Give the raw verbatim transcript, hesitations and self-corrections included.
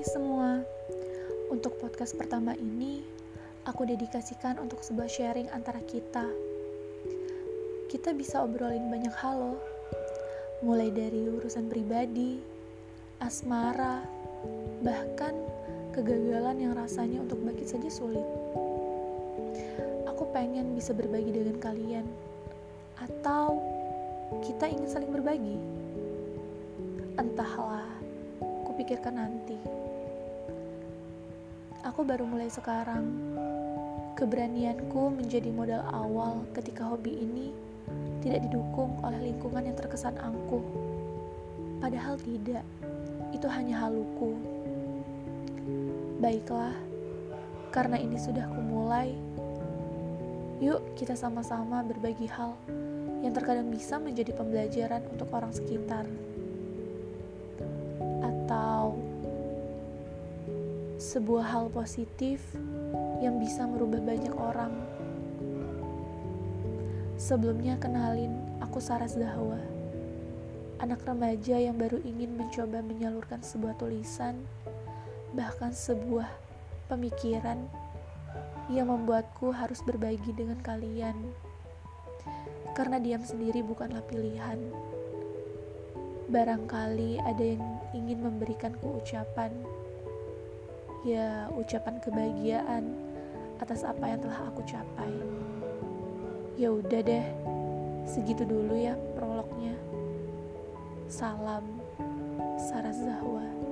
Hai semua, untuk podcast pertama ini, aku dedikasikan untuk sebuah sharing antara kita. Kita bisa obrolin banyak hal loh, mulai dari urusan pribadi, asmara, bahkan kegagalan yang rasanya untuk bangkit saja sulit. Aku pengen bisa berbagi dengan kalian, atau kita ingin saling berbagi. Entahlah, kupikirkan nanti. Aku baru mulai sekarang. Keberanianku menjadi modal awal ketika hobi ini tidak didukung oleh lingkungan yang terkesan angkuh. Padahal tidak, itu hanya haluku. Baiklah, karena ini sudah kumulai, yuk kita sama-sama berbagi hal yang terkadang bisa menjadi pembelajaran untuk orang sekitar. Atau sebuah hal positif yang bisa merubah banyak orang. Sebelumnya kenalin, aku Saras Zahwa, anak remaja yang baru ingin mencoba menyalurkan sebuah tulisan, bahkan sebuah pemikiran yang membuatku harus berbagi dengan kalian. Karena diam sendiri bukanlah pilihan. Barangkali ada yang ingin memberikanku ucapan, ya ucapan kebahagiaan atas apa yang telah aku capai. Ya udah deh, segitu dulu ya prolognya. Salam, Saras Zahwa.